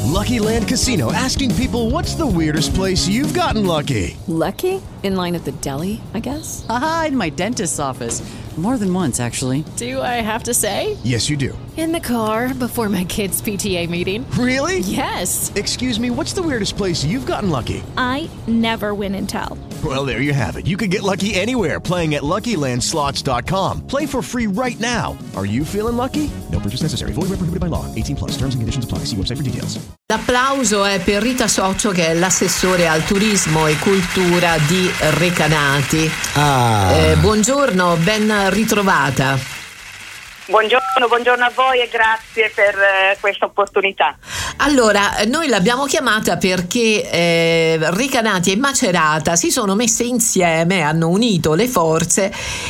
Lucky Land Casino, asking people, what's the weirdest place you've gotten lucky? Lucky? In line at the deli, I guess? Aha, in my dentist's office. More than once, actually. Do I have to say? Yes, you do. In the car before my kids' PTA meeting. Really? Yes. Excuse me, what's the weirdest place you've gotten lucky? I never win and tell. Well, there you have it. You can get lucky anywhere, playing at LuckyLandSlots.com. Play for free right now. Are you feeling lucky? No purchase necessary. Void where prohibited by law. 18+. Terms and conditions apply. See website for details. L'applauso è per Rita Socio, che è l'assessore al turismo e cultura di Recanati. Buongiorno, ben ritrovata. Buongiorno a voi e grazie per questa opportunità. Allora, noi l'abbiamo chiamata perché Recanati e Macerata si sono messe insieme, hanno unito le forze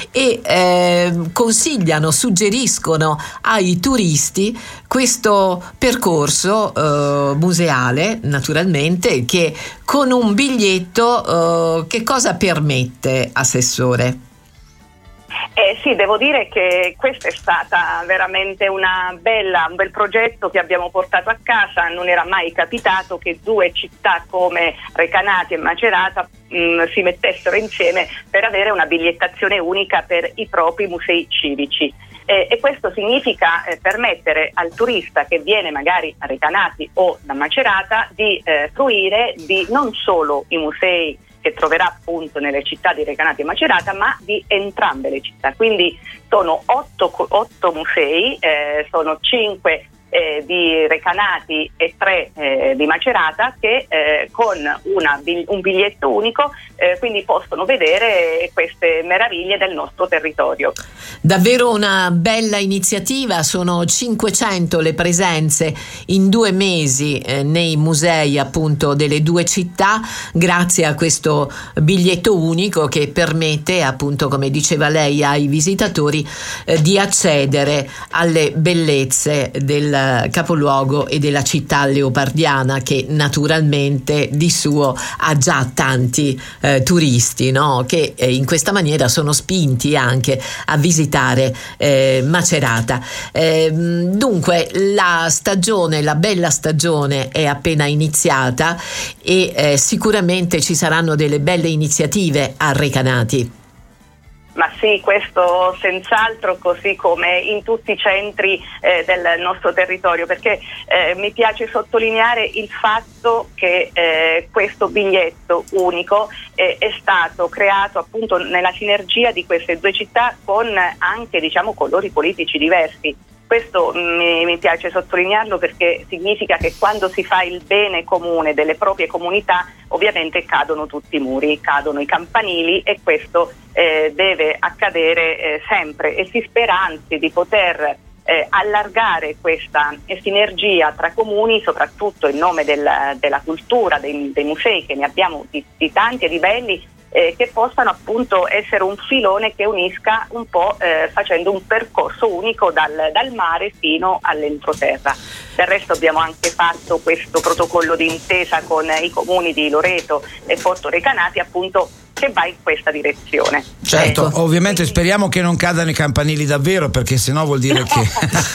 e suggeriscono ai turisti questo percorso museale, naturalmente, che con un biglietto che cosa permette, Assessore? Sì, devo dire che questa è stata veramente un bel progetto che abbiamo portato a casa. Non era mai capitato che due città come Recanati e Macerata si mettessero insieme per avere una bigliettazione unica per i propri musei civici. E questo significa permettere al turista che viene magari a Recanati o da Macerata di fruire di non solo i musei che troverà appunto nelle città di Recanati e Macerata, ma di entrambe le città. Quindi sono 8 musei, sono 5 di Recanati e 3 di Macerata che con un biglietto unico quindi possono vedere queste meraviglie del nostro territorio. Davvero una bella iniziativa, sono 500 le presenze in 2 mesi nei musei appunto delle 2 città, grazie a questo biglietto unico che permette appunto, come diceva lei, ai visitatori di accedere alle bellezze del capoluogo e della città leopardiana, che naturalmente di suo ha già tanti turisti, no? Che in questa maniera sono spinti anche a visitare Macerata. Dunque la bella stagione è appena iniziata e sicuramente ci saranno delle belle iniziative a Recanati. Ma sì, questo senz'altro, così come in tutti i centri del nostro territorio, perché mi piace sottolineare il fatto che questo biglietto unico è stato creato appunto nella sinergia di queste 2 città con anche colori politici diversi. Questo mi piace sottolinearlo perché significa che quando si fa il bene comune delle proprie comunità, ovviamente cadono tutti i muri, cadono i campanili, e questo deve accadere sempre, e si spera anzi di poter allargare questa sinergia tra comuni, soprattutto in nome della cultura, dei musei, che ne abbiamo di tanti e di belli, che possano appunto essere un filone che unisca un po' facendo un percorso unico dal mare fino all'entroterra. Del resto abbiamo anche fatto questo protocollo d'intesa con i comuni di Loreto e Porto Recanati, appunto, che va in questa direzione. Certo, ovviamente speriamo che non cadano i campanili davvero, perché sennò vuol dire che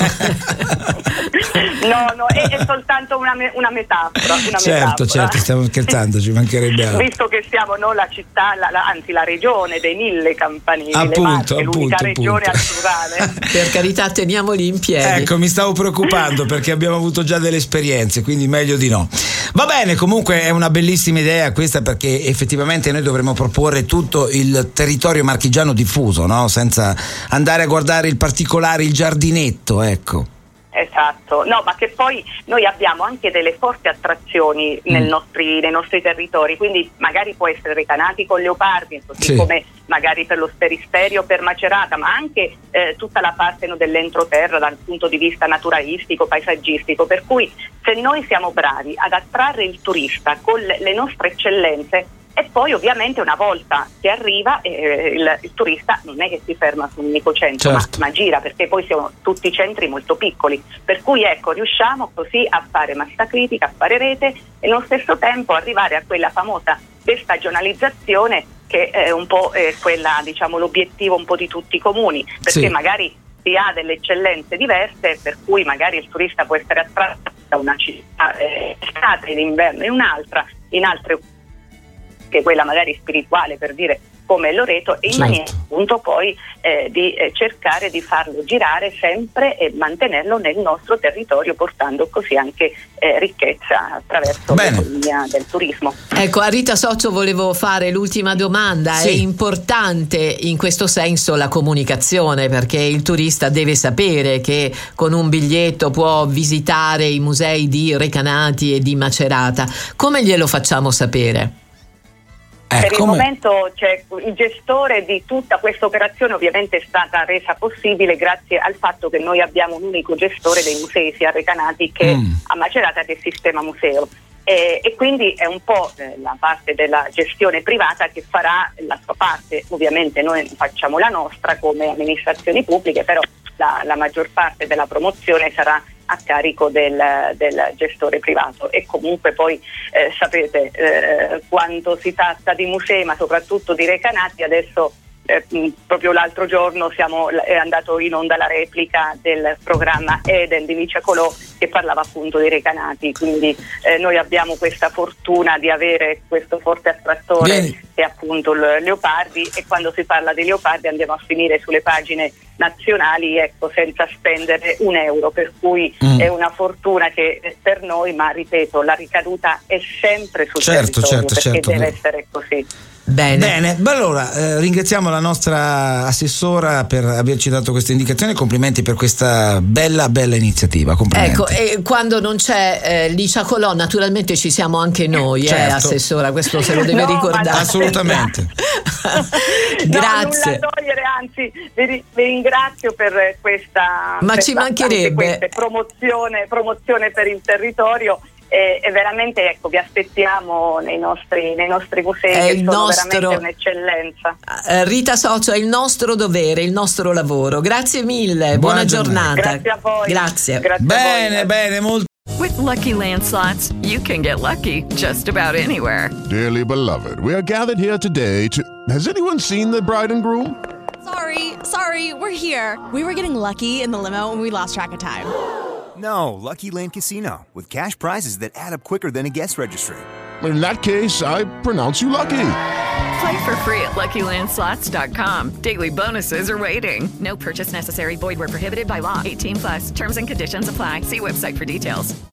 no, è soltanto una metafora. Certo, stiamo scherzando, ci mancherebbe altro. Visto che siamo la città, anzi la regione dei 1000 campanili, l'unica regione al plurale. Per carità, teniamoli in piedi. Ecco, mi stavo preoccupando perché abbiamo avuto già delle esperienze, quindi meglio di no. Va bene, comunque è una bellissima idea questa, perché effettivamente noi dovremmo proporre tutto il territorio marchigiano diffuso, no? Senza andare a guardare il particolare, il giardinetto, ecco. Esatto, no, ma che poi noi abbiamo anche delle forti attrazioni nei nostri territori, quindi magari può essere Recanati con Leopardi, così come magari per lo Sferisterio, per Macerata, ma anche tutta la parte dell'entroterra dal punto di vista naturalistico, paesaggistico, per cui se noi siamo bravi ad attrarre il turista con le nostre eccellenze, e poi ovviamente una volta che arriva il turista non è che si ferma su un unico centro, ma gira, perché poi siamo tutti centri molto piccoli, per cui riusciamo così a fare massa critica, a fare rete, e nello stesso tempo arrivare a quella famosa destagionalizzazione che è un po' quella, l'obiettivo un po' di tutti i comuni, perché magari si ha delle eccellenze diverse, per cui magari il turista può essere attratto da una città estate, in inverno in un'altra, in altre che quella magari spirituale, per dire, come Loreto, e in maniera appunto poi di cercare di farlo girare sempre e mantenerlo nel nostro territorio, portando così anche ricchezza attraverso l'economia del turismo. Ecco, a Rita Socio volevo fare l'ultima domanda. Sì. È importante in questo senso la comunicazione, perché il turista deve sapere che con un biglietto può visitare i musei di Recanati e di Macerata. Come glielo facciamo sapere? Per il momento il gestore di tutta questa operazione ovviamente è stata resa possibile grazie al fatto che noi abbiamo un unico gestore dei musei sia a Recanati che a Macerata, che è Sistema Museo, e quindi è un po' la parte della gestione privata che farà la sua parte. Ovviamente noi facciamo la nostra come amministrazioni pubbliche, però la maggior parte della promozione sarà a carico del gestore privato. E comunque poi sapete, quando si tratta di musei, ma soprattutto di Recanati, adesso proprio l'altro giorno è andato in onda la replica del programma Eden di Licia Colò, che parlava appunto dei Recanati, quindi noi abbiamo questa fortuna di avere questo forte attrattore che è appunto il Leopardi, e quando si parla di Leopardi andiamo a finire sulle pagine nazionali, ecco, senza spendere un euro, per cui è una fortuna che per noi, ma ripeto, la ricaduta è sempre sul territorio, perché deve essere così. Bene. Beh, allora ringraziamo la nostra assessora per averci dato queste indicazioni, complimenti per questa bella iniziativa. Complimenti. Ecco, e quando non c'è Licia Colò, naturalmente ci siamo anche noi, assessora, questo se lo deve ricordare. Assolutamente. Grazie. No, nulla a togliere, anzi vi ringrazio per questa, ci mancherebbe, promozione per il territorio. E veramente, ecco, vi aspettiamo nei nostri musei, che sono veramente un'eccellenza. Rita Socio, è il nostro dovere, il nostro lavoro. Grazie mille, buona giornata. Grazie a voi. Grazie. Bene, molto. With Lucky Land Slots, you can get lucky just about anywhere. Dearly beloved, we are gathered here today to... Has anyone seen the bride and groom? Sorry, we're here. We were getting lucky in the limo and we lost track of time. No, Lucky Land Casino, with cash prizes that add up quicker than a guest registry. In that case, I pronounce you lucky. Play for free at LuckyLandSlots.com. Daily bonuses are waiting. No purchase necessary. Void where prohibited by law. 18+. Terms and conditions apply. See website for details.